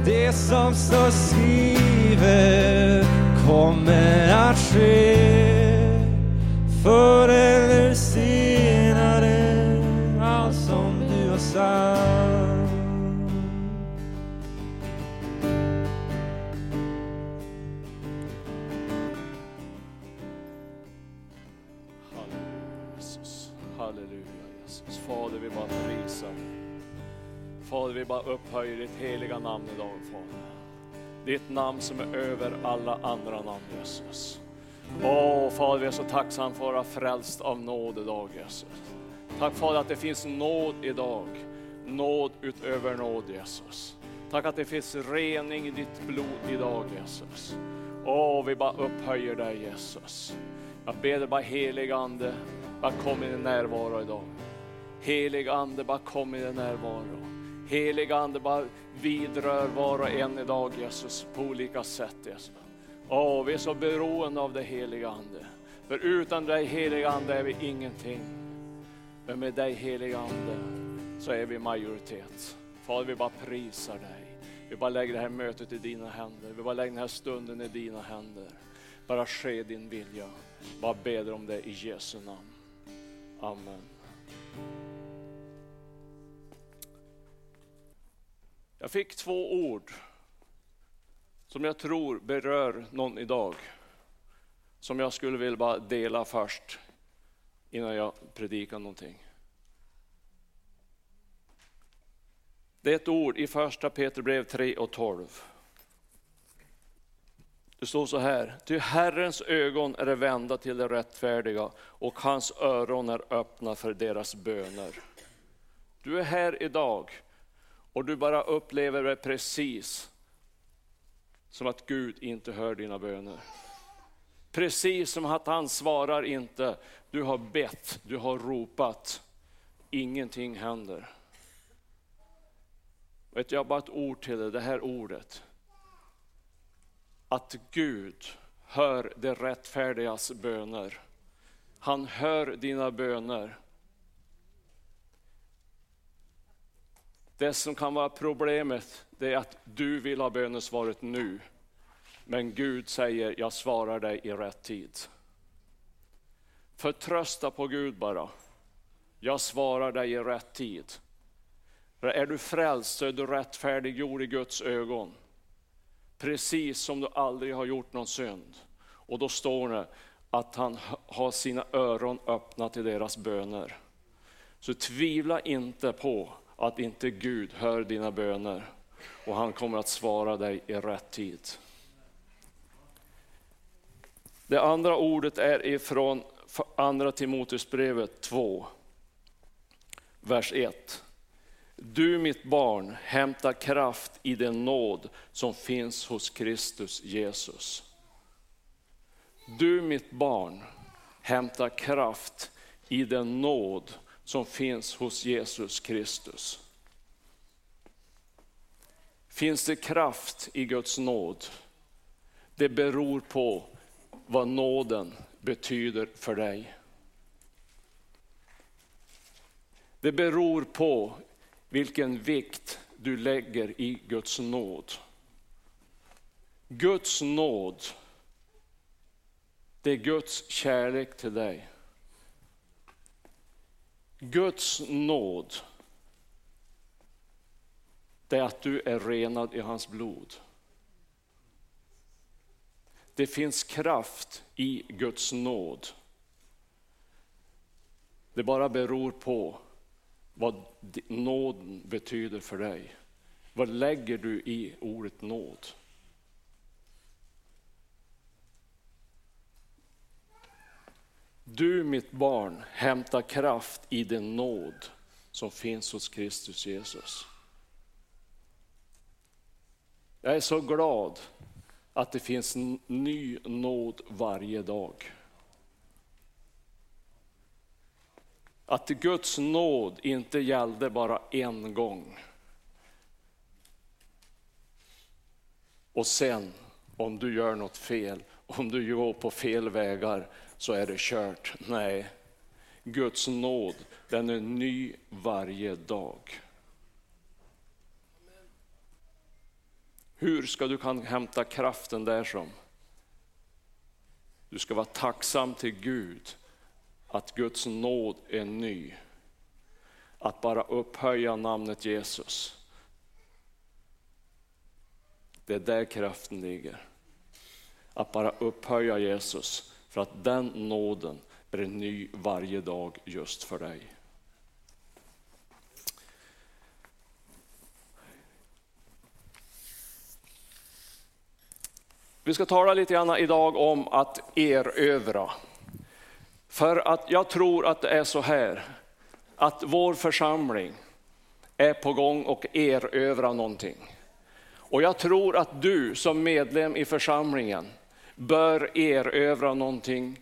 Det som står skrivet kommer att ske. Förr eller senare, allt som du har sagt. Halleluja Jesus. Fader, vi bara prisar dig. Fader, vi bara upphöjer ditt heliga namn idag, Fader. Ditt namn som är över alla andra namn, Jesus. Fader, vi är så tacksam för att vara frälst av nåd idag, Jesus. Tack Fader att det finns nåd idag. Nåd utöver nåd, Jesus. Tack att det finns rening i ditt blod idag, Jesus. Vi bara upphöjer dig, Jesus. Jag ber dig bara, helig ande, bara kom i din närvaro idag. Helig ande, bara kom i din närvaro. Helig ande, bara vidrör var och en idag, Jesus, på olika sätt, Jesus. Vi är så beroende av det heliga ande. För utan dig, heliga ande, är vi ingenting. Men med dig, heliga ande, så är vi majoritet. Fader, vi bara prisar dig. Vi bara lägger det här mötet i dina händer. Vi bara lägger den här stunden i dina händer. Bara ske din vilja. Bara ber om det i Jesu namn. Amen. Jag fick 2 ord som jag tror berör någon idag. Som jag skulle vilja bara dela först innan jag predikar någonting. Det är ett ord i första Petrusbrev 3:12. Det står så här: ty Herrens ögon är vända till det rättfärdiga och hans öron är öppna för deras böner. Du är här idag och du bara upplever det precis som att Gud inte hör dina böner. Precis som att han svarar inte. Du har bett, du har ropat. Ingenting händer. Vet jag bara ett ord till det här ordet. Att Gud hör det rättfärdigas böner. Han hör dina böner. Det som kan vara problemet, det är att du vill ha bönesvaret nu. Men Gud säger, jag svarar dig i rätt tid. Förtrösta på Gud bara. Jag svarar dig i rätt tid. För är du frälst så är du rättfärdiggjord i Guds ögon. Precis som du aldrig har gjort någon synd. Och då står det att han har sina öron öppna till deras böner. Så tvivla inte på att inte Gud hör dina böner. Och han kommer att svara dig i rätt tid. Det andra ordet är ifrån andra Timoteusbrevet 2, vers 1. Du mitt barn, hämta kraft i den nåd som finns hos Kristus Jesus. Du mitt barn, hämta kraft i den nåd som finns hos Jesus Kristus. Finns det kraft i Guds nåd? Det beror på vad nåden betyder för dig. Det beror på vilken vikt du lägger i Guds nåd. Guds nåd, det är Guds kärlek till dig. Guds nåd, det är att du är renad i hans blod. Det finns kraft i Guds nåd. Det bara beror på vad nåden betyder för dig. Vad lägger du i ordet nåd? Du mitt barn, hämta kraft i den nåd som finns hos Kristus Jesus. Jag är så glad att det finns ny nåd varje dag. Att Guds nåd inte gällde bara en gång. Och sen, om du gör något fel, om du går på fel vägar, så är det kört. Nej, Guds nåd, den är ny varje dag. Hur ska du kan hämta kraften där som? Du ska vara tacksam till Gud att Guds nåd är ny. Att bara upphöja namnet Jesus. Det är där kraften ligger. Att bara upphöja Jesus för att den nåden är ny varje dag just för dig. Vi ska tala lite grann idag om att erövra. För att jag tror att det är så här. Att vår församling är på gång och erövra någonting. Och jag tror att du som medlem i församlingen bör erövra någonting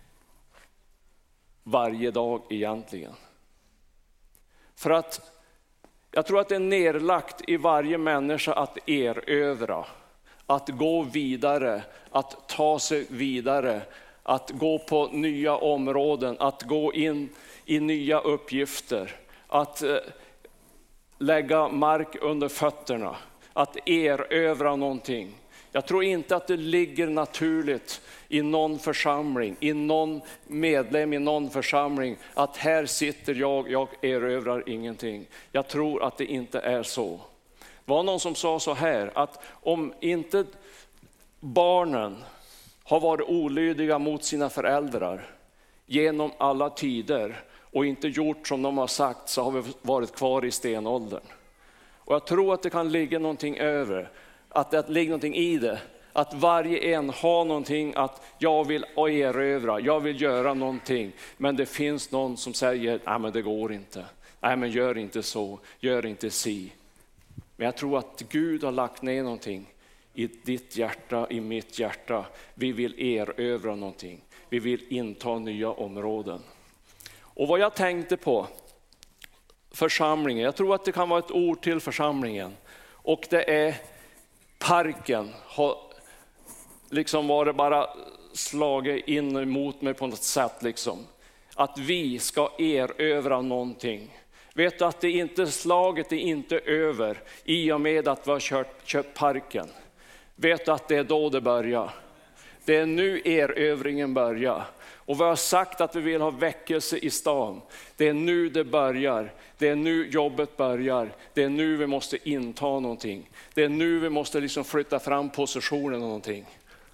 varje dag egentligen. För att jag tror att det är nerlagt i varje människa att erövra. Att gå vidare, att ta sig vidare, att gå på nya områden, att gå in i nya uppgifter, att lägga mark under fötterna, att erövra någonting. Jag tror inte att det ligger naturligt i någon församling, i någon medlem i någon församling, att här sitter jag erövrar ingenting. Jag tror att det inte är så. Det var någon som sa så här, att om inte barnen har varit olydiga mot sina föräldrar genom alla tider och inte gjort som de har sagt, så har vi varit kvar i stenåldern. Och jag tror att det kan ligga någonting över, att det ligger någonting i det. Att varje en har någonting att jag vill erövra, jag vill göra någonting. Men det finns någon som säger, nej men det går inte. Nej men gör inte så, gör inte si. Men jag tror att Gud har lagt ner någonting i ditt hjärta, i mitt hjärta. Vi vill erövra någonting. Vi vill inta nya områden. Och vad jag tänkte på församlingen, jag tror att det kan vara ett ord till församlingen. Och det är parken. Har liksom varit bara slagit in emot mig på något sätt liksom. Att vi ska erövra någonting. Vet du att det inte, slaget är inte över i och med att vi har köpt parken. Vet du att det är då det börjar. Det är nu erövringen börjar. Och vi har sagt att vi vill ha väckelse i stan. Det är nu det börjar. Det är nu jobbet börjar. Det är nu vi måste inta någonting. Det är nu vi måste liksom flytta fram positionen och någonting.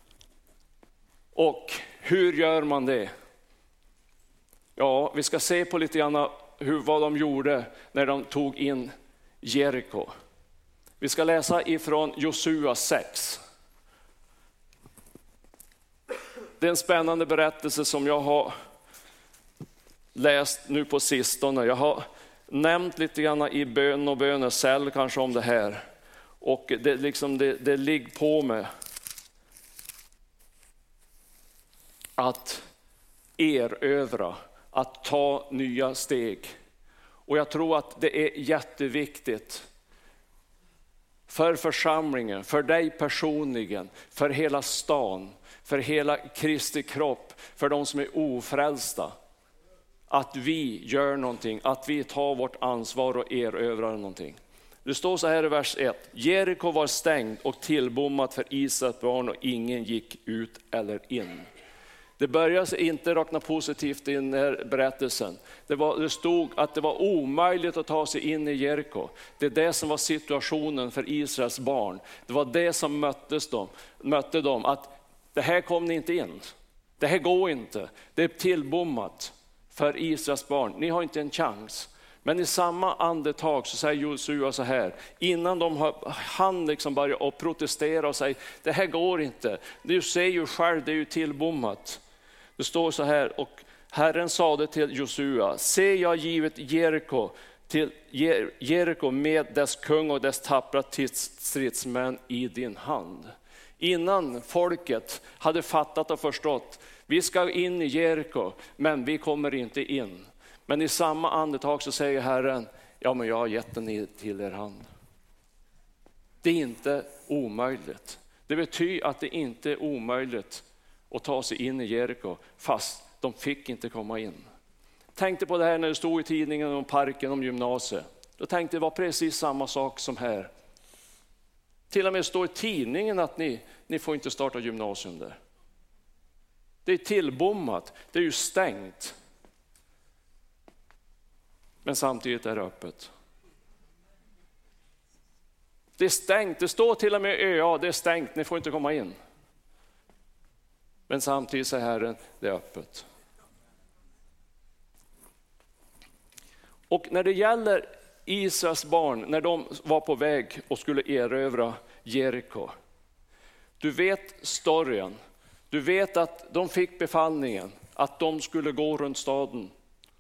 Och hur gör man det? Ja, vi ska se på lite grann vad de gjorde när de tog in Jeriko. Vi ska läsa ifrån Josua 6. Det är en spännande berättelse som jag har läst nu på sistone. Jag har nämnt lite grann i bön och bönecell kanske om det här. Och det ligger på mig att erövra, att ta nya steg. Och jag tror att det är jätteviktigt för församlingen, för dig personligen, för hela stan, för hela Kristi kropp, för de som är ofrälsta. Att vi gör någonting, att vi tar vårt ansvar och erövrar någonting. Det står så här i vers 1. Jeriko var stängd och tillbommat för Israels barn och ingen gick ut eller in. Det börjar sig inte räkna positivt i den här berättelsen. Det stod att det var omöjligt att ta sig in i Jeriko. Det är det som var situationen för Israels barn. Det var det som mötte dem. Att det här kom ni inte in. Det här går inte. Det är tillbommat för Israels barn. Ni har inte en chans. Men i samma andetag så säger Josua så här. Innan han liksom börjar protestera och säger det här går inte. Du ser ju själv, det är ju tillbommat. Det står så här, och Herren sade till Josua, se jag givet Jeriko med dess kung och dess tappra stridsmän i din hand. Innan folket hade fattat och förstått, vi ska in i Jeriko men vi kommer inte in. Men i samma andetag så säger Herren, ja men jag har gett den till er hand. Det är inte omöjligt. Det betyder att det inte är omöjligt att ta sig in i Jeriko fast de fick inte komma in. Tänkte på det här när det stod i tidningen om parken, om gymnasiet. Då tänkte det var precis samma sak som här. Till och med står i tidningen att ni får inte starta gymnasium där. Det är tillbommat, det är ju stängt. Men samtidigt är det öppet. Det är stängt, det står till och med ÖA, det är stängt, ni får inte komma in. Men samtidigt säger Herren, det är öppet. Och när det gäller Israels barn, när de var på väg och skulle erövra Jeriko. Du vet storyn. Du vet att de fick befallningen att de skulle gå runt staden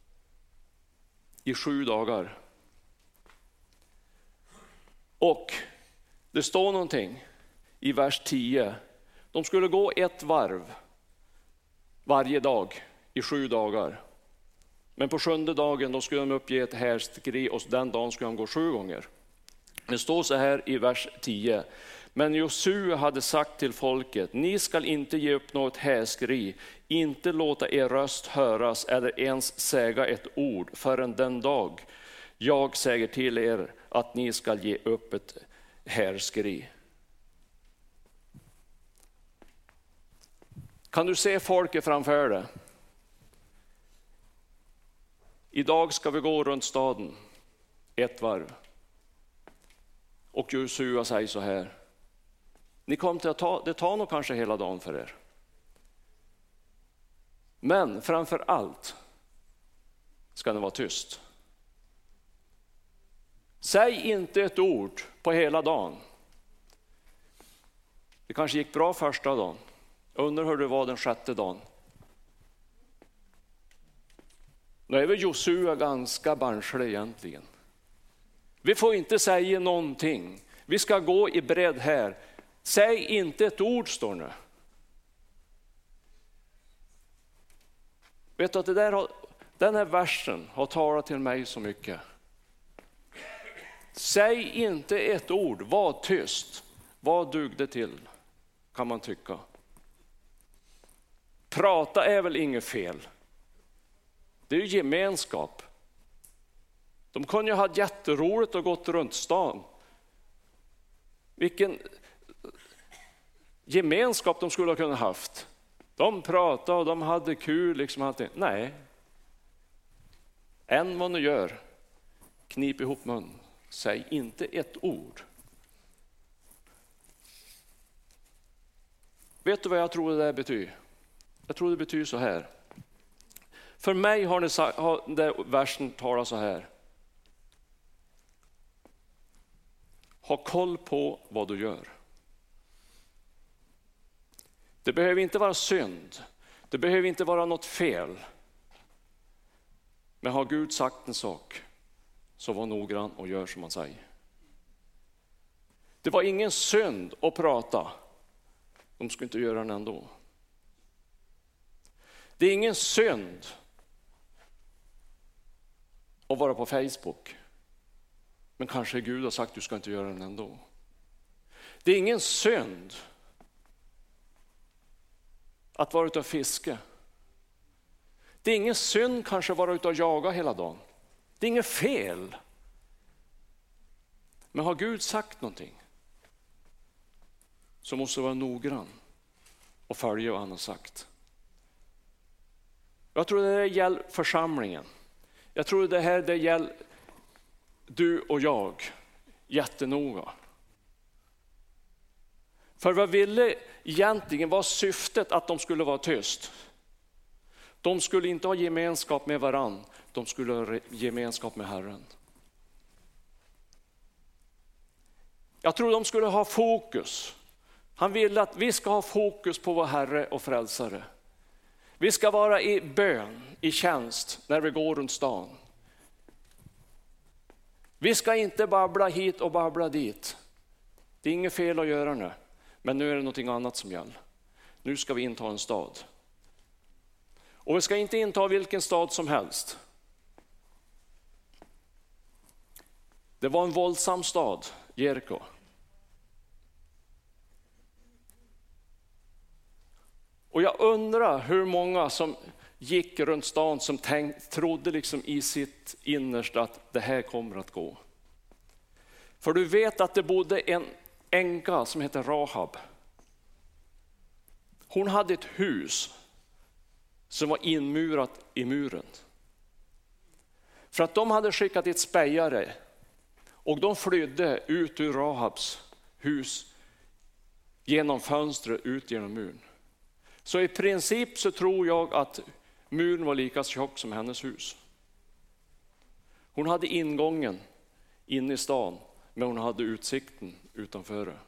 i 7 dagar. Och det står någonting i vers 10. De skulle gå 1 varv varje dag i 7 dagar. Men på 7:e dagen då skulle de uppge ett härskri och den dagen skulle de gå 7 gånger. Det står så här i vers 10. Men Josua hade sagt till folket, ni skall inte ge upp något härskri, inte låta er röst höras eller ens säga ett ord förrän den dag jag säger till er att ni ska ge upp ett härskri. Kan du se folket framför dig? Idag ska vi gå runt staden 1 varv. Och Josua säger så här. Ni kommer till att det tar nog kanske hela dagen för er. Men framför allt ska ni vara tyst. Säg inte ett ord på hela dagen. Det kanske gick bra första dagen. Undrar hur det var den 6:e dagen. Nu är väl Josua ganska barnslig egentligen. Vi får inte säga någonting. Vi ska gå i bredd här. Säg inte ett ord, står det. Vet du att den här versen har talat till mig så mycket. Säg inte ett ord, var tyst. Vad dugde till, kan man tycka. Prata är väl inget fel. Det är ju gemenskap. De kunde ju ha jätteroligt och gått runt stan. Vilken gemenskap de skulle ha kunnat haft. De pratade och de hade kul liksom allting. Nej. Än vad ni gör. Knip ihop mun. Säg inte ett ord. Vet du vad jag tror det där betyder? Jag tror det betyder så här. För mig har den versen talat så här. Ha koll på vad du gör. Det behöver inte vara synd. Det behöver inte vara något fel. Men har Gud sagt en sak, så var noggrann och gör som han säger. Det var ingen synd att prata. De skulle inte göra den ändå. Det är ingen synd att vara på Facebook. Men kanske Gud har sagt att du ska inte göra den ändå. Det är ingen synd att vara ute och fiska. Det är ingen synd kanske att vara ute och jaga hela dagen. Det är inget fel. Men har Gud sagt någonting, så måste du vara noggrann och följa vad han har sagt. Jag tror det gäller församlingen. Jag tror det gäller du och jag jättenoga. För vad ville egentligen var syftet att de skulle vara tyst? De skulle inte ha gemenskap med varann. De skulle ha gemenskap med Herren. Jag tror de skulle ha fokus. Han ville att vi ska ha fokus på vår Herre och frälsare. Vi ska vara i bön, i tjänst när vi går runt stan. Vi ska inte babbla hit och babbla dit. Det är inget fel att göra nu. Men nu är det någonting annat som gäller. Nu ska vi inta en stad. Och vi ska inte inta vilken stad som helst. Det var en våldsam stad, Jeriko. Och jag undrar hur många som gick runt stan som trodde liksom i sitt innersta att det här kommer att gå. För du vet att det bodde en änka som heter Rahab. Hon hade ett hus som var inmurat i muren. För att de hade skickat dit spejare och de flydde ut ur Rahabs hus genom fönstret ut genom muren. Så i princip så tror jag att muren var lika tjock som hennes hus. Hon hade ingången in i stan, men hon hade utsikten utanför det.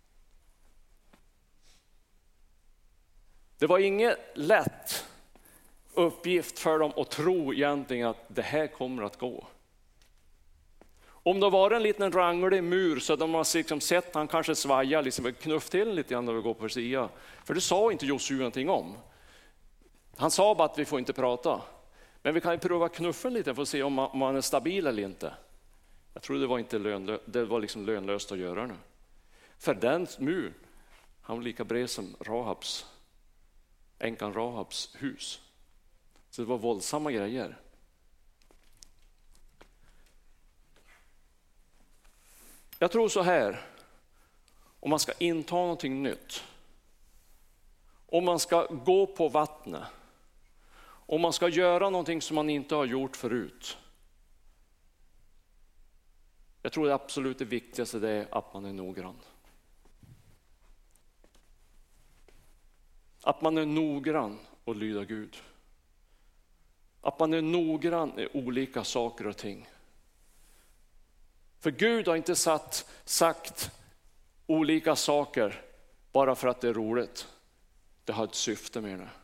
Det var inget lätt uppgift för dem att tro egentligen att det här kommer att gå. Om det var en liten ranglig mur så de har liksom sett han kanske svaja, liksom knuff till lite grann när vi går på sidan. För det sa inte Josua någonting om. Han sa bara att vi får inte prata. Men vi kan ju prova knuffen lite för att se om man är stabil eller inte. Jag tror det var liksom lönlöst att göra det. För den mur, han var lika bred som änkan Rahabs hus. Så det var våldsamma grejer. Jag tror så här, om man ska inta någonting nytt, om man ska gå på vattnet, om man ska göra någonting som man inte har gjort förut. Jag tror det absolut det viktigaste det är att man är noggrann. Att man är noggrann och lyda Gud. Att man är noggrann i olika saker och ting. För Gud har inte sagt olika saker bara för att det är roligt. Det har ett syfte med det.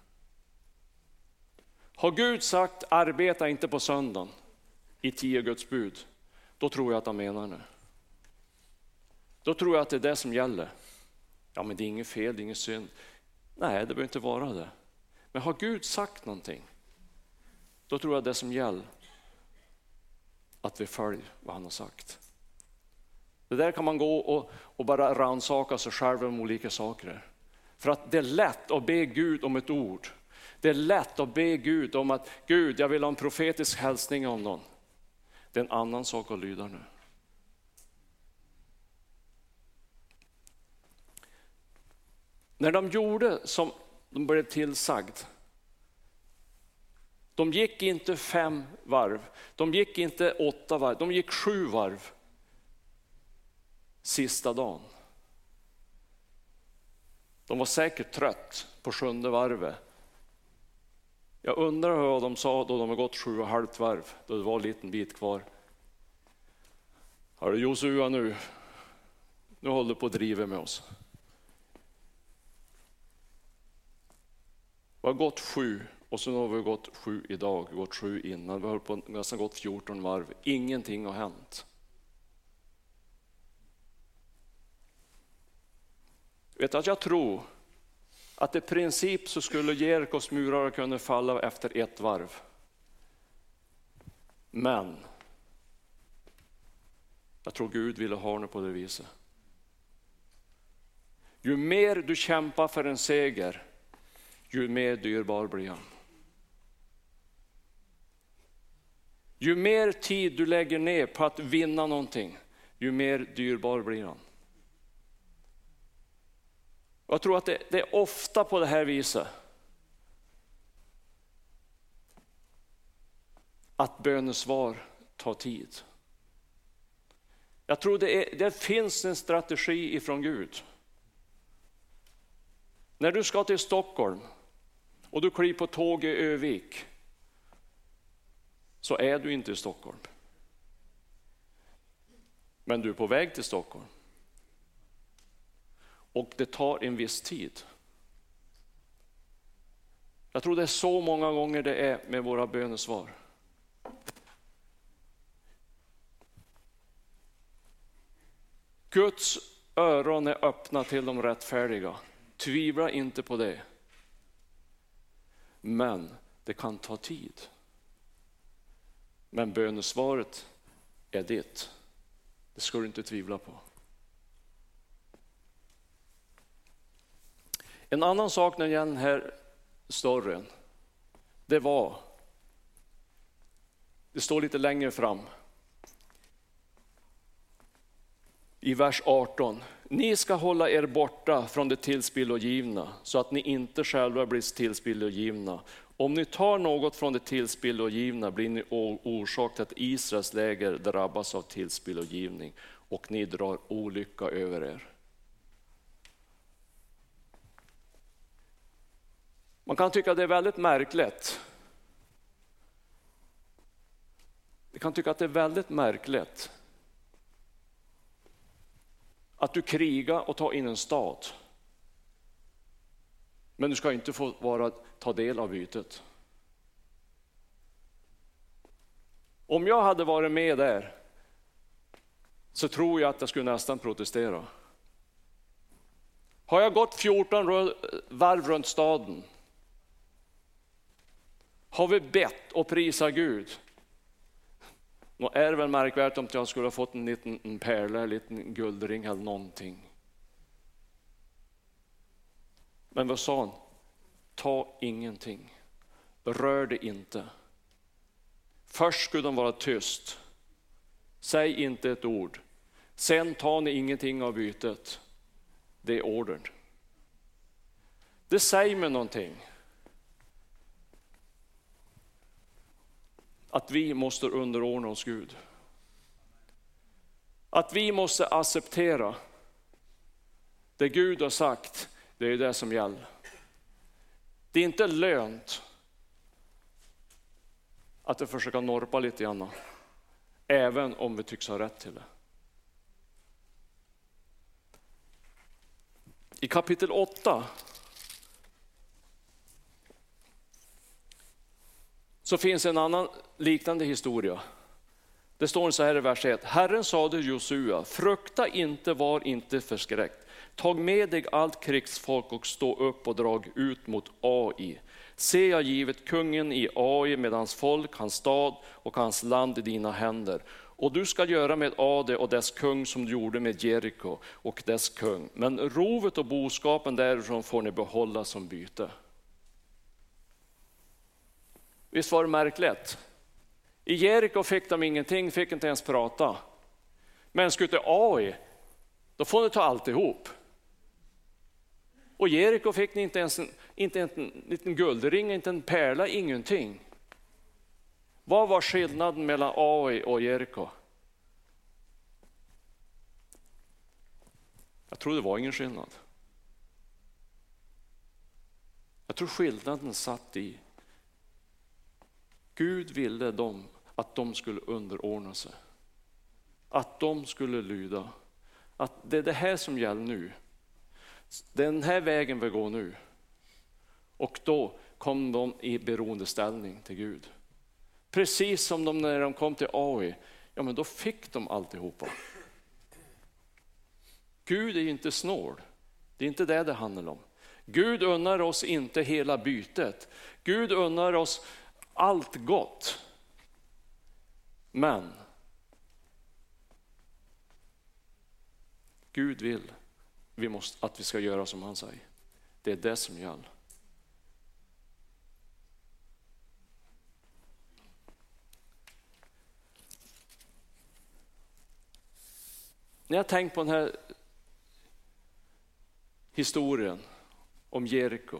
Har Gud sagt arbeta inte på söndagen i 10 Guds bud, då tror jag att han menar det. Då tror jag att det är det som gäller. Ja, men det är inget fel, det är inget synd. Nej, det behöver inte vara det. Men har Gud sagt någonting, då tror jag det som gäller att vi följer vad han har sagt. Det där kan man gå och bara rannsaka sig själv om olika saker. För att det är lätt att be Gud om ett ord. Det är lätt att be Gud om att Gud, jag vill ha en profetisk hälsning om någon. Det är en annan sak att lyda nu. När de gjorde som de blev tillsagd, de gick inte 5 varv, de gick inte 8 varv, de gick 7 varv sista dagen. De var säkert trött på 7:e varvet. Jag undrar vad de sa då de har gått 7,5 varv, då det var en liten bit kvar. Hörru Josua, nu håller du på att driva med oss. Vi har gått 7 och så har vi gått 7 idag, gått 7 innan. Vi har på nästan gått 14 varv. Ingenting har hänt. Vet att jag tror att i princip så skulle Jerikos murar kunna falla efter 1 varv. Men jag tror Gud ville ha det på det viset. Ju mer du kämpar för en seger, ju mer dyrbar blir han. Ju mer tid du lägger ner på att vinna någonting, ju mer dyrbar blir han. Jag tror att det är ofta på det här viset att bönesvar tar tid. Jag tror det finns en strategi ifrån Gud. När du ska till Stockholm och du kliver på tåg i Övik, så är du inte i Stockholm. Men du är på väg till Stockholm. Och det tar en viss tid. Jag tror det är så många gånger det är med våra bönesvar. Guds öron är öppna till de rättfärdiga. Tvivla inte på det. Men det kan ta tid. Men bönesvaret är ditt. Det ska du inte tvivla på. En annan sak när det gäller den här storyn, det står lite längre fram. I vers 18. Ni ska hålla er borta från det tillspillogivna så att ni inte själva blir tillspillogivna. Om ni tar något från det tillspillogivna blir ni orsak till att Israels läger drabbas av tillspillogivning och ni drar olycka över er. Man kan tycka att det är väldigt märkligt. Vi kan tycka att det är väldigt märkligt att du krigar och tar in en stad. Men du ska inte få ta del av bytet. Om jag hade varit med där så tror jag att jag skulle nästan protestera. Har jag gått 14 varv runt staden? Har vi bett och prisat Gud? Nå är det väl märkvärt om jag skulle ha fått en liten pärla, en liten guldring eller någonting. Men vad sa han? Ta ingenting. Rör det inte. Först skulle de vara tyst. Säg inte ett ord. Sen tar ni ingenting av bytet. Det är ordern. Det säger mig någonting. Att vi måste underordna oss Gud. Att vi måste acceptera det Gud har sagt, det är det som gäller. Det är inte lönt att vi försöker norpa lite grann, även om vi tycks ha rätt till det. I kapitel 8 så finns en annan liknande historia. Det står så här i vers 1. Herren sade till Josua, frukta inte, var inte förskräckt. Tag med dig allt krigsfolk och stå upp och drag ut mot Ai. Se, jag givet kungen i Ai med hans folk, hans stad och hans land i dina händer. Och du ska göra med Ade och dess kung som du gjorde med Jeriko och dess kung. Men rovet och boskapen därifrån får ni behålla som byte. Visst var det märkligt? I Jeriko fick de ingenting, fick inte ens prata. Men skulle till Ai, då får ni ta alltihop. Och Jeriko fick ni inte ens en liten guldring, inte en pärla, ingenting. Vad var skillnaden mellan Ai och Jeriko? Jag tror det var ingen skillnad. Jag tror skillnaden satt i Gud ville att de skulle underordna sig. Att de skulle lyda. Att det är det här som gäller nu. Den här vägen vi går nu. Och då kom de i beroendeställning till Gud. Precis som de när de kom till Ai. Ja, men då fick de alltihopa. Gud är inte snål. Det är inte det handlar om. Gud unnar oss inte hela bytet. Gud unnar oss allt gott. Men Gud vill att vi ska göra som han säger. Det är det som gäller. När jag tänker på den här historien om Jeriko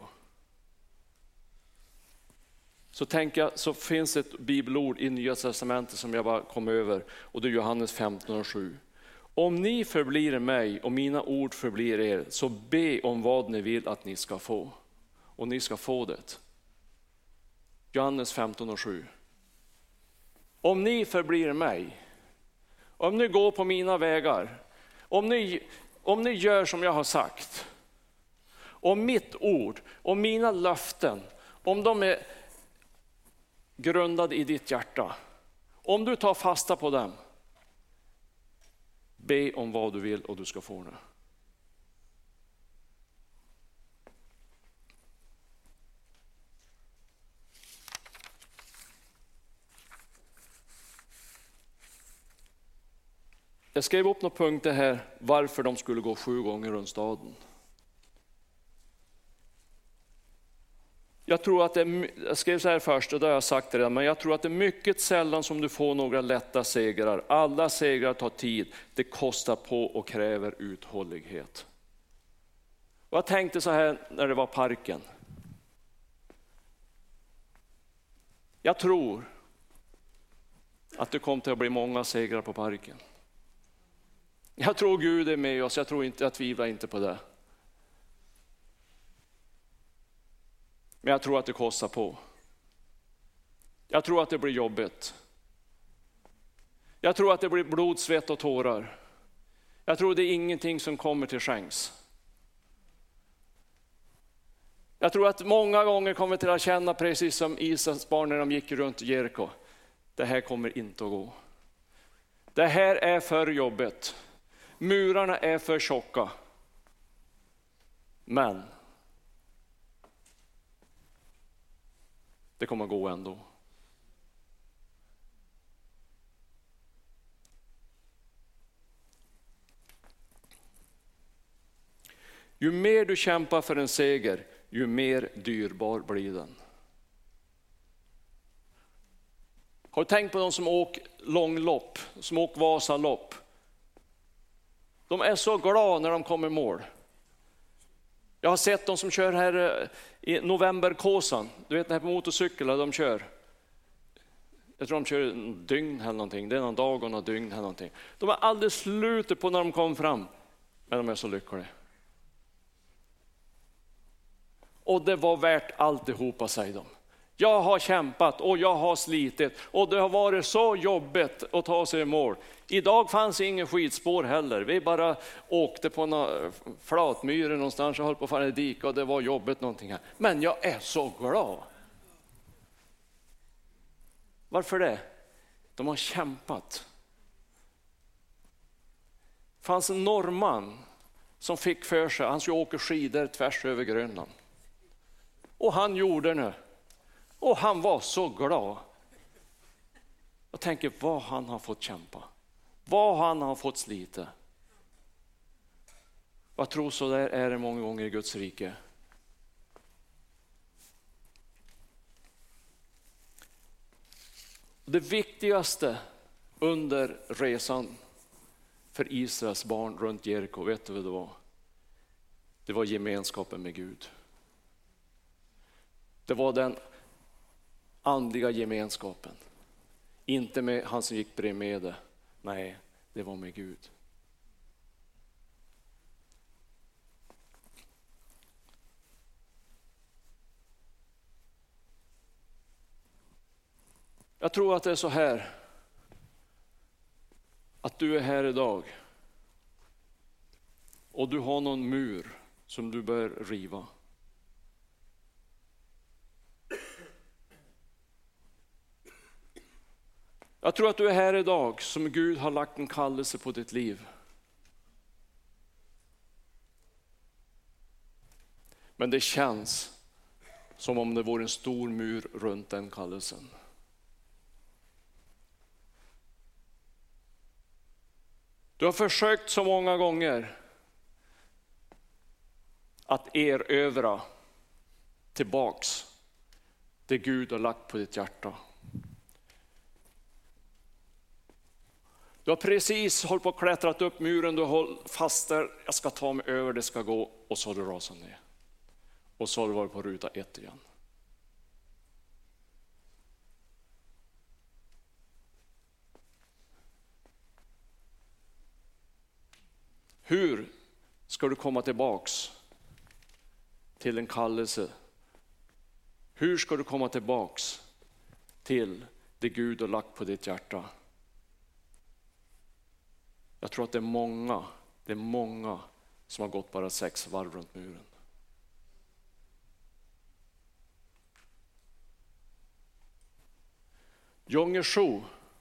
så finns ett bibelord i Nya testamentet som jag bara kom över, och det är Johannes 15:7. Om ni förblir mig och mina ord förblir er, så be om vad ni vill att ni ska få, och ni ska få det. Johannes 15:7. Om ni förblir mig, om ni går på mina vägar, om ni gör som jag har sagt, om mitt ord, om mina löften, om de är grundade i ditt hjärta, om du tar fasta på dem, be om vad du vill och du ska få det. Jag skrev upp några punkter här varför de skulle gå 7 gånger runt staden. Jag tror att jag skrev så här först, och det har jag sagt det redan, men jag tror att det är mycket sällan som du får några lätta segrar. Alla segrar tar tid, det kostar på och kräver uthållighet. Och jag tänkte så här när det var parken. Jag tror att det kommer att bli många segrar på parken. Jag tror Gud är med oss, jag tvivlar inte på det. Men jag tror att det kostar på. Jag tror att det blir jobbigt. Jag tror att det blir blod, svett och tårar. Jag tror det är ingenting som kommer till skänks. Jag tror att många gånger kommer till att känna precis som Israels barn när de gick runt Jeriko. Det här kommer inte att gå. Det här är för jobbigt. Murarna är för tjocka. Men det kommer att gå ändå. Ju mer du kämpar för en seger, ju mer dyrbar blir den. Har du tänkt på de som åker långlopp, som åker Vasalopp? De är så glada när de kommer i mål. Jag har sett de som kör här i novemberkåsan. Du vet, den här på motorcyklar de kör. Jag tror de kör en dygn eller någonting. Det är någon dag och någon dygn eller någonting. De är alldeles slutet på när de kommer fram. Men de är så lyckliga. Och det var värt alltihopa, säger de. Jag har kämpat och jag har slitit. Och det har varit så jobbigt att ta sig i mål. Idag fanns ingen skidspår heller. Vi bara åkte på några flatmyror någonstans och höll på att falla i dika. Och det var jobbigt någonting här. Men jag är så glad. Varför det? De har kämpat. Det fanns en norrman som fick för sig. Han skulle åka skidor tvärs över Grönland. Och han gjorde det. Och han var så glad. Jag tänker vad han har fått kämpa. Vad han har fått slita. Jag tror så där är det många gånger i Guds rike. Det viktigaste under resan för Israels barn runt Jeriko, vet du vad det var? Det var gemenskapen med Gud. Det var den andliga gemenskapen. Inte med han som gick bredvid det. Nej, det var med Gud. Jag tror att det är så här. Att du är här idag. Och du har någon mur som du bör riva. Jag tror att du är här idag som Gud har lagt en kallelse på ditt liv. Men det känns som om det vore en stor mur runt den kallelsen. Du har försökt så många gånger att erövra tillbaks det Gud har lagt på ditt hjärta. Du har precis hållit på att klättrat upp muren, du har fast där, jag ska ta mig över, det ska gå, och så har du rasat ner. Och så har du varit på ruta 1 igen. Hur ska du komma tillbaks till en kallelse? Hur ska du komma tillbaks till det Gud har lagt på ditt hjärta? Jag tror att det är många som har gått bara 6 varv runt muren. Jong-Shu,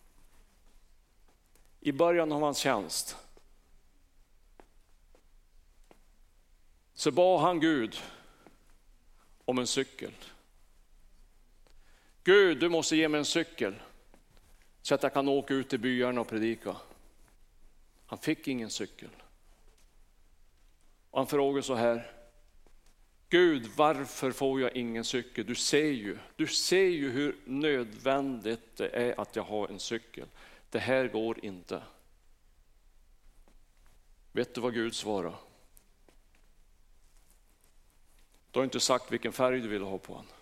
i början av hans tjänst så bad han Gud om en cykel. Gud, du måste ge mig en cykel så att jag kan åka ut till byarna och predika. Han fick ingen cykel. Och han frågade så här: Gud, varför får jag ingen cykel? Du ser ju hur nödvändigt det är att jag har en cykel. Det här går inte. Vet du vad Gud svarar? Du har inte sagt vilken färg du vill ha på den.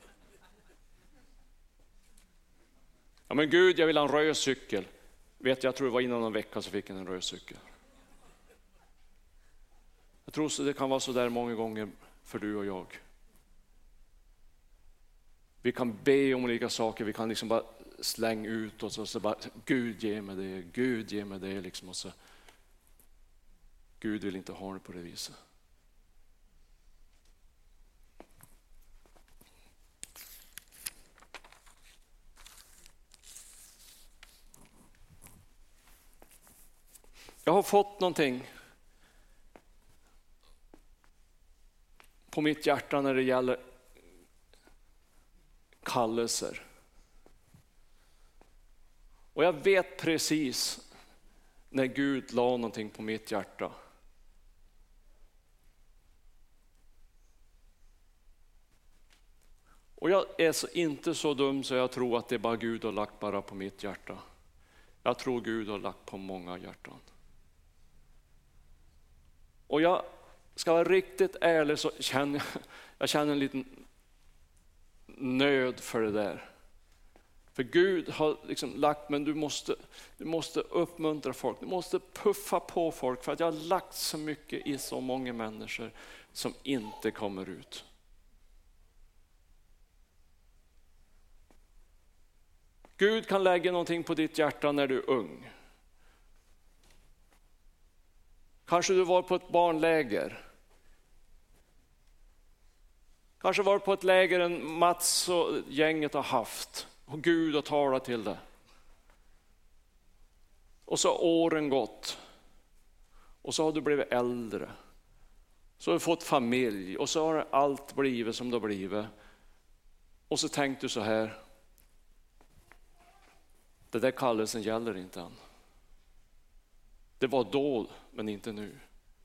Ja, men Gud, jag vill ha en röd cykel. Jag tror det var innan en vecka så fick jag en röd cykel. Jag tror så det kan vara så där många gånger för du och jag. Vi kan be om olika saker, vi kan liksom bara slänga ut oss och så bara, Gud ge mig det, Gud ge mig det liksom, och så. Gud vill inte ha det på det viset. Jag har fått någonting på mitt hjärta när det gäller kallelser. Och jag vet precis när Gud la någonting på mitt hjärta. Och jag är inte så dum så jag tror att det är bara Gud har lagt bara på mitt hjärta. Jag tror Gud har lagt på många hjärtan. Och jag ska vara riktigt ärlig så känner jag en liten nöd för det där. För Gud har liksom lagt, men du måste uppmuntra folk. Du måste puffa på folk för att jag har lagt så mycket i så många människor som inte kommer ut. Gud kan lägga någonting på ditt hjärta när du är ung. Kanske du var på ett barnläger. Kanske var på ett läger en Mats och gänget har haft. Och Gud har talat till det. Och så har åren gått. Och så har du blivit äldre. Så har du fått familj. Och så har allt blivit som det har blivit. Och så tänkte du så här. Det där kallelsen gäller inte än. Det var då, men inte nu.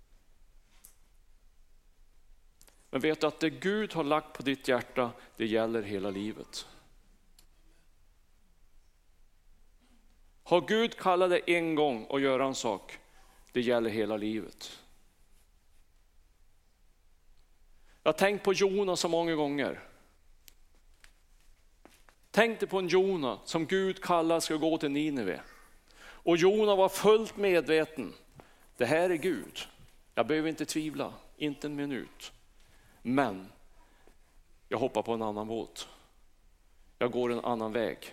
Men vet du att det Gud har lagt på ditt hjärta, det gäller hela livet. Har Gud kallat dig en gång att göra en sak, det gäller hela livet. Jag har tänkt på Jona så många gånger. Tänkte på en Jona som Gud kallar ska gå till Nineve. Och Jona var fullt medveten. Det här är Gud. Jag behöver inte tvivla, inte en minut. Men jag hoppar på en annan båt. Jag går en annan väg.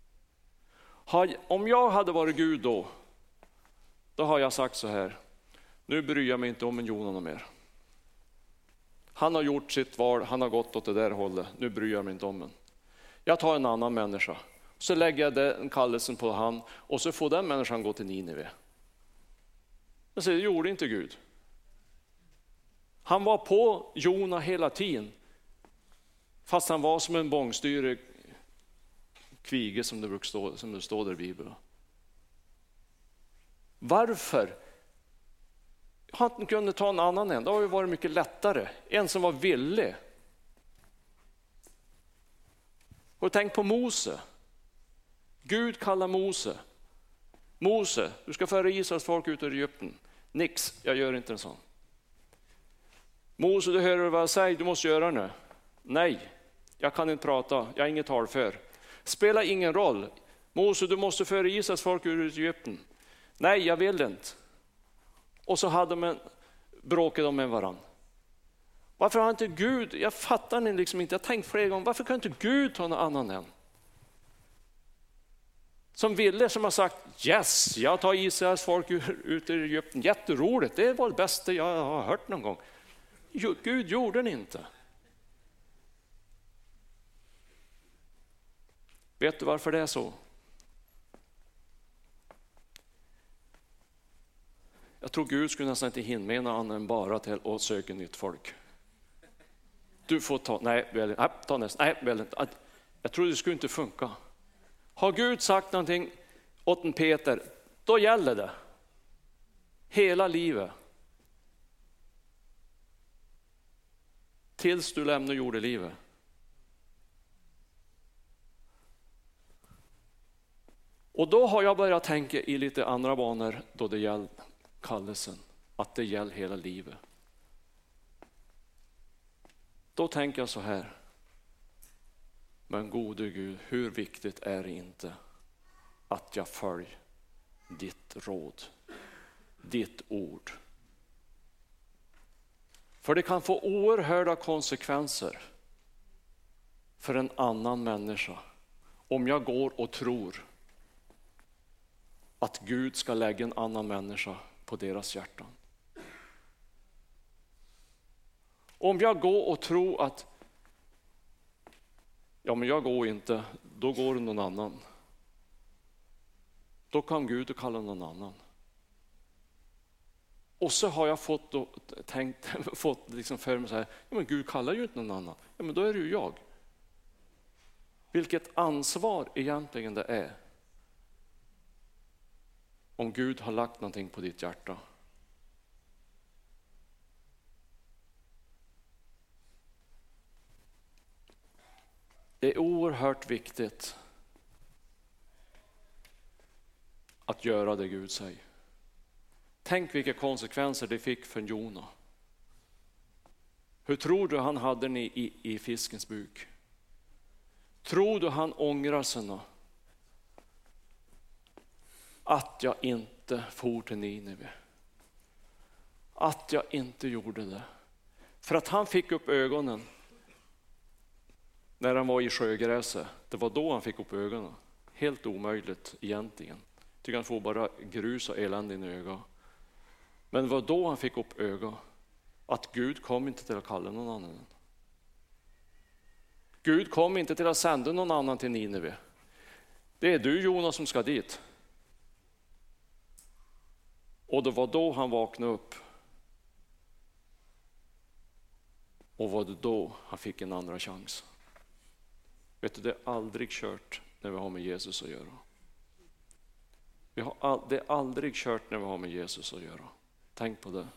Om jag hade varit Gud då har jag sagt så här. Nu bryr jag mig inte om en Jona mer. Han har gjort sitt val, han har gått åt det där hållet. Nu bryr jag mig inte om en. Jag tar en annan människa. Så lägger jag den kallelsen på han och så får den människan gå till Nineve. Men så det gjorde inte Gud. Han var på Jona hela tiden. Fast han var som en bångstyrig kvige som det står där i Bibeln. Varför? Han kunde ta en annan en. Det har ju varit mycket lättare. En som var villig. Och tänk på Mose. Gud kallar Mose. Mose, du ska föra Israels folk ut ur Egypten. Nix, jag gör inte en sån. Mose, du hör vad jag säger, du måste göra det. Nej, jag kan inte prata, jag har inget tal för. Spelar ingen roll. Mose, du måste föra Israels folk ur Egypten. Nej, jag vill inte. Och så bråkade de med varandra. Varför har inte Gud, jag fattar ni liksom inte, jag har tänkt flera gånger, varför kan inte Gud ta någon annan än? Som har sagt, yes, jag tar Israels folk ut ur Egypten, jätteroligt, det var det bästa jag har hört någon gång. Gud gjorde det inte. Vet du varför det är så? Jag tror Gud skulle nästan inte hinna med någon annan än bara till att söka nytt folk. Du får ta, ta nästa, jag tror det skulle inte funka. Har Gud sagt någonting åt en Peter, då gäller det. Hela livet. tills du lämnar jordelivet. Och då har jag börjat tänka i lite andra banor då det gäller kallelsen. Att det gäller hela livet. Då tänker jag så här. Men gode Gud, hur viktigt är det inte att jag följer ditt råd, ditt ord. För det kan få oerhörda konsekvenser för en annan människa om jag går och tror att Gud ska lägga en annan människa på deras hjärtan. Om jag går och tror att ja, men jag går inte, då går det någon annan. Då kan Gud kalla någon annan. Och så har jag fått liksom för mig så här, ja, men Gud kallar ju inte någon annan. Ja, men då är det ju jag. Vilket ansvar egentligen det är. Om Gud har lagt någonting på ditt hjärta. Det är oerhört viktigt att göra det Gud säger. Tänk vilka konsekvenser det fick för Jona. Hur tror du han hade ni i fiskens buk? Tror du han ångrar sig nå? Att jag inte for till Nineve. Att jag inte gjorde det. För att han fick upp ögonen när han var i sjögräset. Det var då han fick upp ögonen. Helt omöjligt egentligen. Tycker han får bara grus och elände i ögat. Men det var då han fick upp ögat. Att Gud kom inte till att kalla någon annan. Gud kom inte till att sända någon annan till Nineve. Det är du, Jonas, som ska dit. Och det var då han vaknade upp. Och var det då han fick en andra chans. Vet du, det är aldrig kört när vi har med Jesus att göra. Det är aldrig kört när vi har med Jesus att göra. Tänk på det.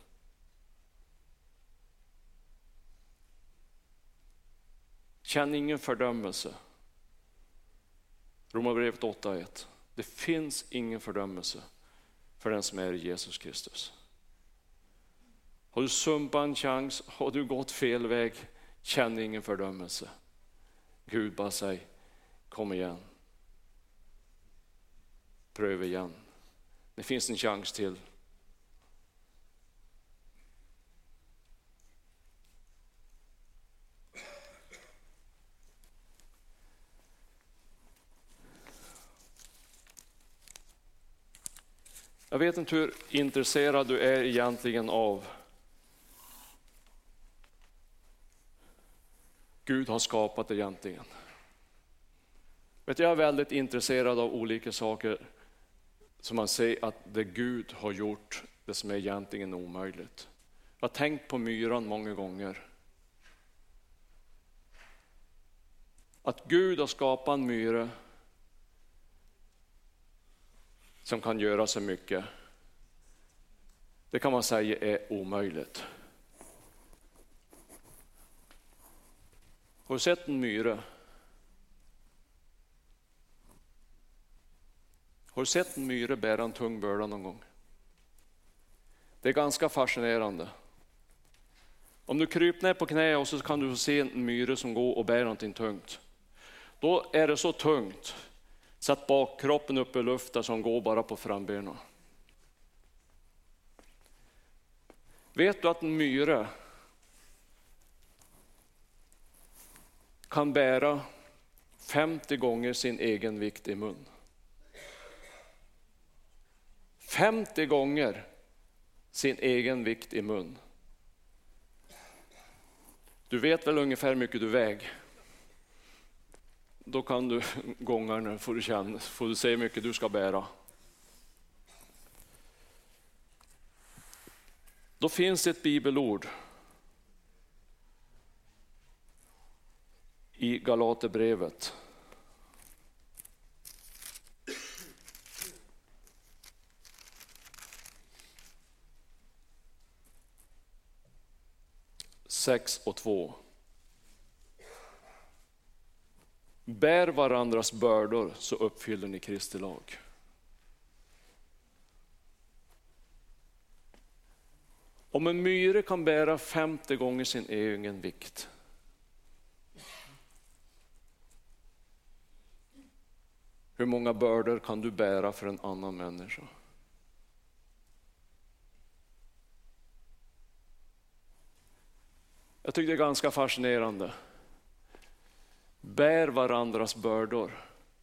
Känn ingen fördömelse. Romarbrevet 8:1. Det finns ingen fördömelse för den som är i Jesus Kristus. Har du sumpat en chans, har du gått fel väg, känn ingen fördömelse. Gud bara säger, kom igen. Pröv igen. Det finns en chans till. Jag vet inte hur intresserad du är egentligen av Gud har skapat egentligen. Vet du, jag är väldigt intresserad av olika saker som man säger att det Gud har gjort, det som är egentligen omöjligt. Jag har tänkt på myran många gånger. Att Gud har skapat en myra som kan göra så mycket, det kan man säga är omöjligt. Har du sett en myra? Har du sett en myra bära en tung börda någon gång? Det är ganska fascinerande. Om du kryper ner på knä och så kan du se en myra som går och bär någonting tungt. Då är det så tungt så att bakkroppen uppe i luften som går bara på frambenen. Vet du att en myra kan bära 50 gånger sin egen vikt i mun? 50 gånger sin egen vikt i mun. Du vet väl ungefär hur mycket du väger. Då kan du gånga nu, får du se hur mycket du ska bära. Då finns ett bibelord i Galaterbrevet. (6:2). Bär varandras bördor så uppfyller ni Kristi lag. Om en myre kan bära 50 gånger sin egen vikt, hur många bördor kan du bära för en annan människa? Jag tycker det är ganska fascinerande. Bär varandras bördor.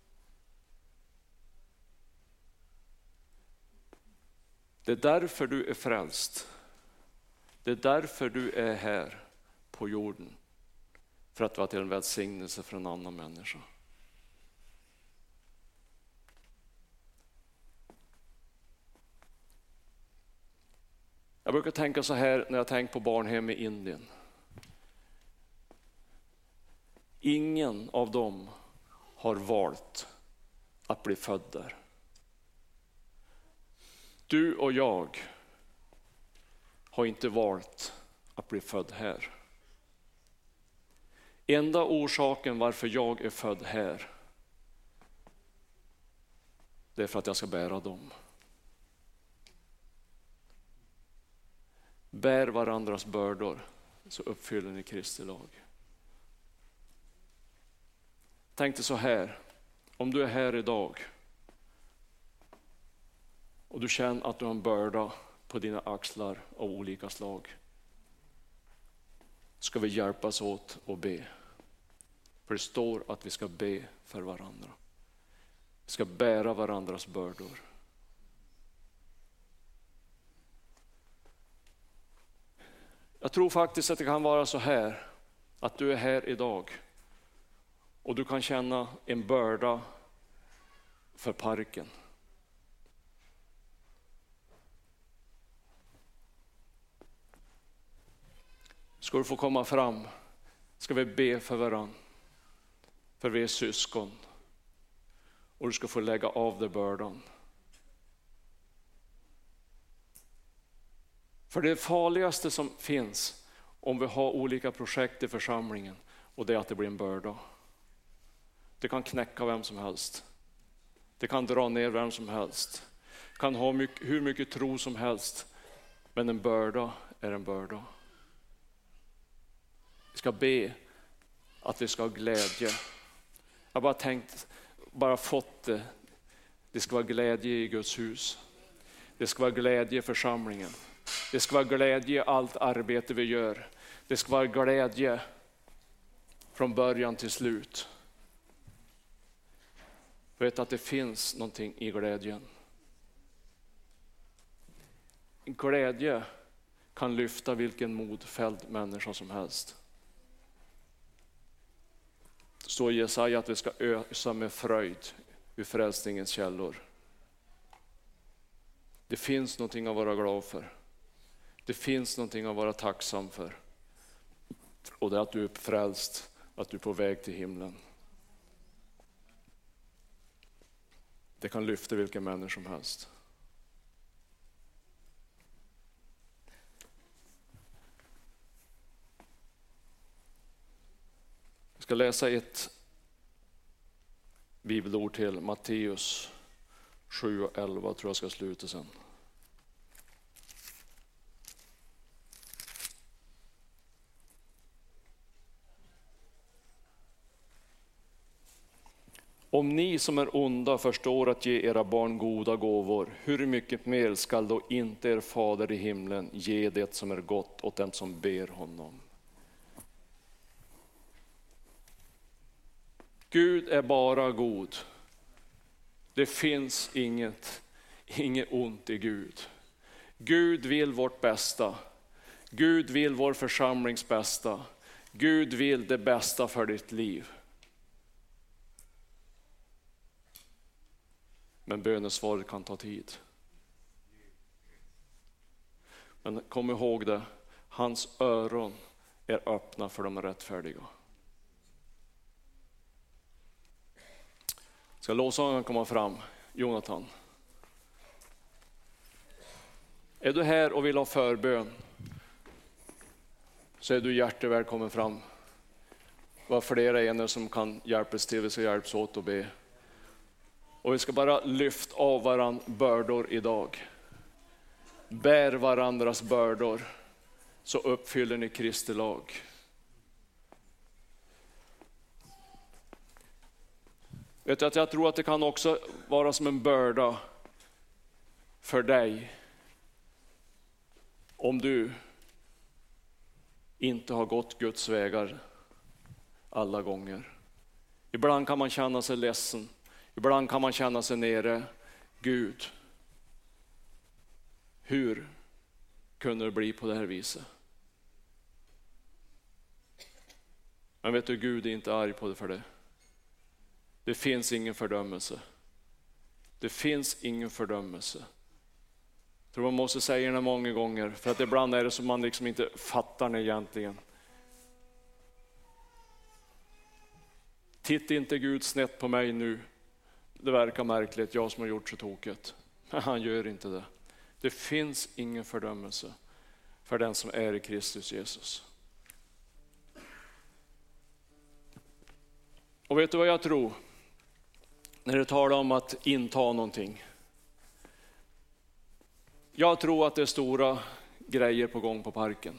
Det är därför du är frälst. Det är därför du är här på jorden. För att vara till en välsignelse för en annan människa. Jag brukar tänka så här när jag tänker på barnhem i Indien. Ingen av dem har valt att bli född där. Du och jag har inte valt att bli född här. Enda orsaken varför jag är född här, det är för att jag ska bära dem. Bär varandras bördor så uppfyller ni Kristi lag. Tänk dig så här, om du är här idag och du känner att du har en börda på dina axlar av olika slag, ska vi hjälpas åt och be. För det står att vi ska be för varandra. Vi ska bära varandras bördor. Jag tror faktiskt att det kan vara så här, att du är här idag och du kan känna en börda för parken. Ska du få komma fram, ska vi be för varandra, för vi är syskon, och du ska få lägga av dig bördan. För det farligaste som finns om vi har olika projekt i församlingen, och det är att det blir en börda. Det kan knäcka vem som helst. Det kan dra ner vem som helst. Det kan ha hur mycket tro som helst. Men en börda är en börda. Vi ska be att vi ska ha glädje. Jag har bara fått det. Det ska vara glädje i Guds hus. Det ska vara glädje i församlingen. Det ska vara glädje i allt arbete vi gör. Det ska vara glädje från början till slut. Vet att det finns någonting i glädjen. Glädje kan lyfta vilken modfälld människa som helst. Det står i Jesaja att vi ska ösa med fröjd ur frälsningens källor. Det finns någonting att vara glad för. Det finns någonting att vara tacksam för. Och det är att du är frälst, att du är på väg till himlen. Det kan lyfta vilken människa som helst. Jag ska läsa ett bibelord till, Matteus 7:11 tror jag ska sluta sen. Om ni som är onda förstår att ge era barn goda gåvor, hur mycket mer skall då inte er fader i himlen ge det som är gott åt dem som ber honom? Gud är bara god. Det finns inget ont i Gud. Gud vill vårt bästa. Gud vill vår församlings bästa. Gud vill det bästa för ditt liv. Men bönesvaret kan ta tid. Men kom ihåg det, hans öron är öppna för de rättfärdiga. Ska lovsången komma fram? Jonathan. Är du här och vill ha förbön, så är du hjärtligt välkommen fram. vara flera enor som kan hjälpas till. Vi ska hjälpas åt och be. Och vi ska bara lyfta av varandra bördor idag. Bär varandras bördor, så uppfyller ni Kristi lag. Vet du att jag tror att det kan också vara som en börda för dig om du inte har gått Guds vägar alla gånger. Ibland kan man känna sig ledsen. Ibland kan man känna sig nere. Gud, hur kunde det bli på det här viset? Men vet du, Gud är inte arg på det för det. Det finns ingen fördömelse. Det finns ingen fördömelse. Jag tror man måste säga det många gånger, för att ibland är det som man liksom inte fattar det egentligen. Titta inte Gud snett på mig nu. Det verkar märkligt, jag som har gjort så tokigt. Men han gör inte det. Det finns ingen fördömelse för den som är i Kristus Jesus. Och vet du vad jag tror? När det talar om att inta någonting. Jag tror att det är stora grejer på gång på parken.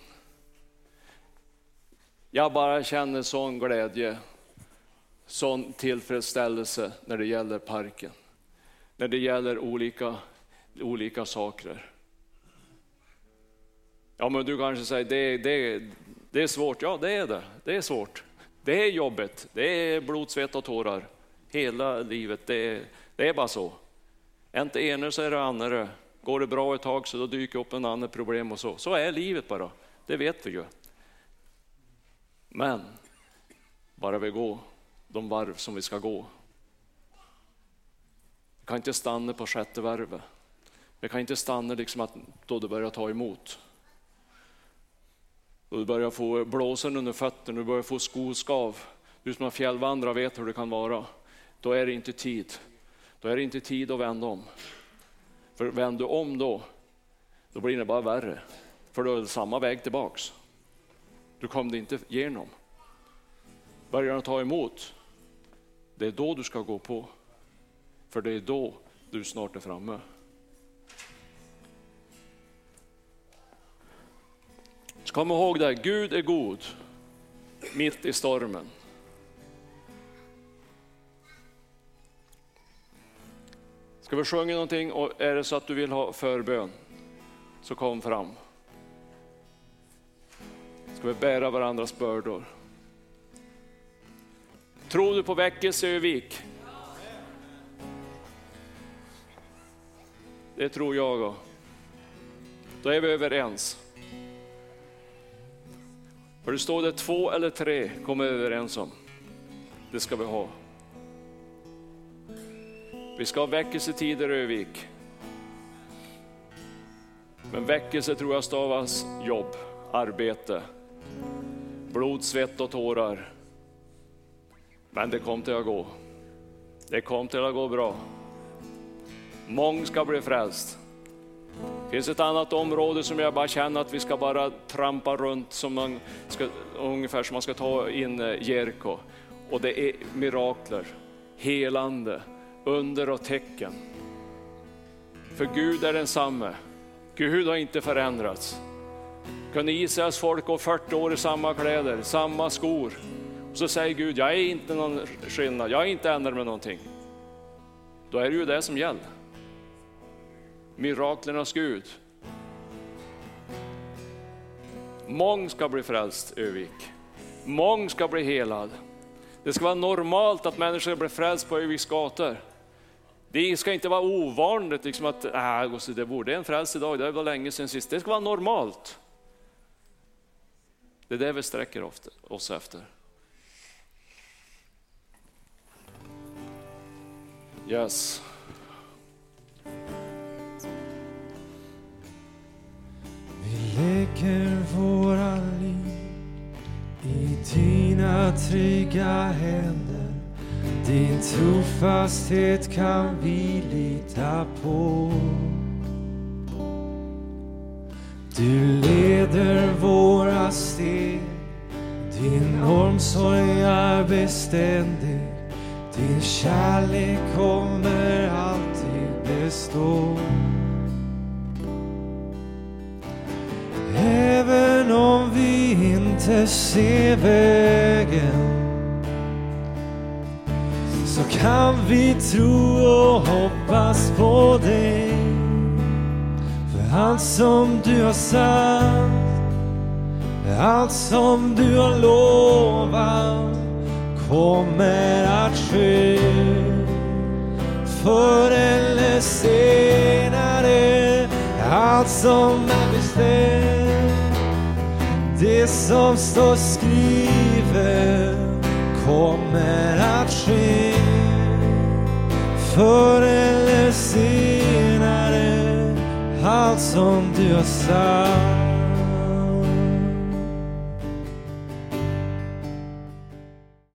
Jag bara känner sån glädje, sån tillfredsställelse när det gäller parken. När det gäller olika saker. Ja, men du kanske säger det är svårt. Ja, det är det. Det är svårt. Det är jobbigt. Det är blod, svett och tårar. Hela livet. Det är bara så. Inte ena så är det andra. Går det bra ett tag så då dyker upp en annan problem och så. Så är livet bara. Det vet vi ju. Men bara vi går de varv som vi ska gå. Vi kan inte stanna på sjätte varvet. Vi kan inte stanna liksom att då det börjar ta emot. Då du börjar få blåsen under fötterna, du börjar få skoskav. Du som har fjällvandrat vet hur det kan vara. Då är det inte tid. Då är det inte tid att vända om. För vänder du om då blir det bara värre. För då är det samma väg tillbaks. Du kommer inte igenom. Börjar du ta emot, det är då du ska gå på. För det är då du snart är framme. Så kom ihåg det, Gud är god mitt i stormen. Ska vi sjunga någonting, och är det så att du vill ha förbön så kom fram. Ska vi bära varandras bördor. Tror du på väckelse i Vik? Det tror jag. Då är vi överens. För det står det 2 eller 3 kommer överens om. Det ska vi ha. Vi ska ha väckelsetider i Övik. Men väckelse tror jag stavas jobb, arbete, blod, svett och tårar. Men det kommer till att gå. Det kommer till att gå bra. Många ska bli frälst. Det finns ett annat område som jag bara känner att vi ska bara trampa runt som man ska, ungefär som man ska ta in Jeriko. Och det är mirakler, helande, under och tecken. För Gud är densamme. Gud har inte förändrats. Kunde Israels folk gå 40 år i samma kläder, samma skor. Och så säger Gud, jag är inte någon skillnad, jag är inte ändrat med någonting. Då är det ju det som gäller. Miraklernas Gud. Många ska bli frälst, Övik. Många ska bli helad. Det ska vara normalt att människor blir frälst på Öviks gator. Det ska inte vara ovanligt liksom att det borde en frälst idag, det var länge sedan sist. Det ska vara normalt. Det är det vi sträcker oss efter. Yes. Vi lägger våra liv i dina trygga händer. Din trofasthet kan vi lita på. Du leder våra steg. Din omsorg är beständig. Din kärlek kommer alltid bestå. Även om vi inte ser vägen, så kan vi tro och hoppas på dig. För allt som du har sagt, allt som du har lovat kommer att ske. Förr eller senare, allt som är bestämt, det som står skrivet kommer att ske. Förr eller senare, allt som du har sagt.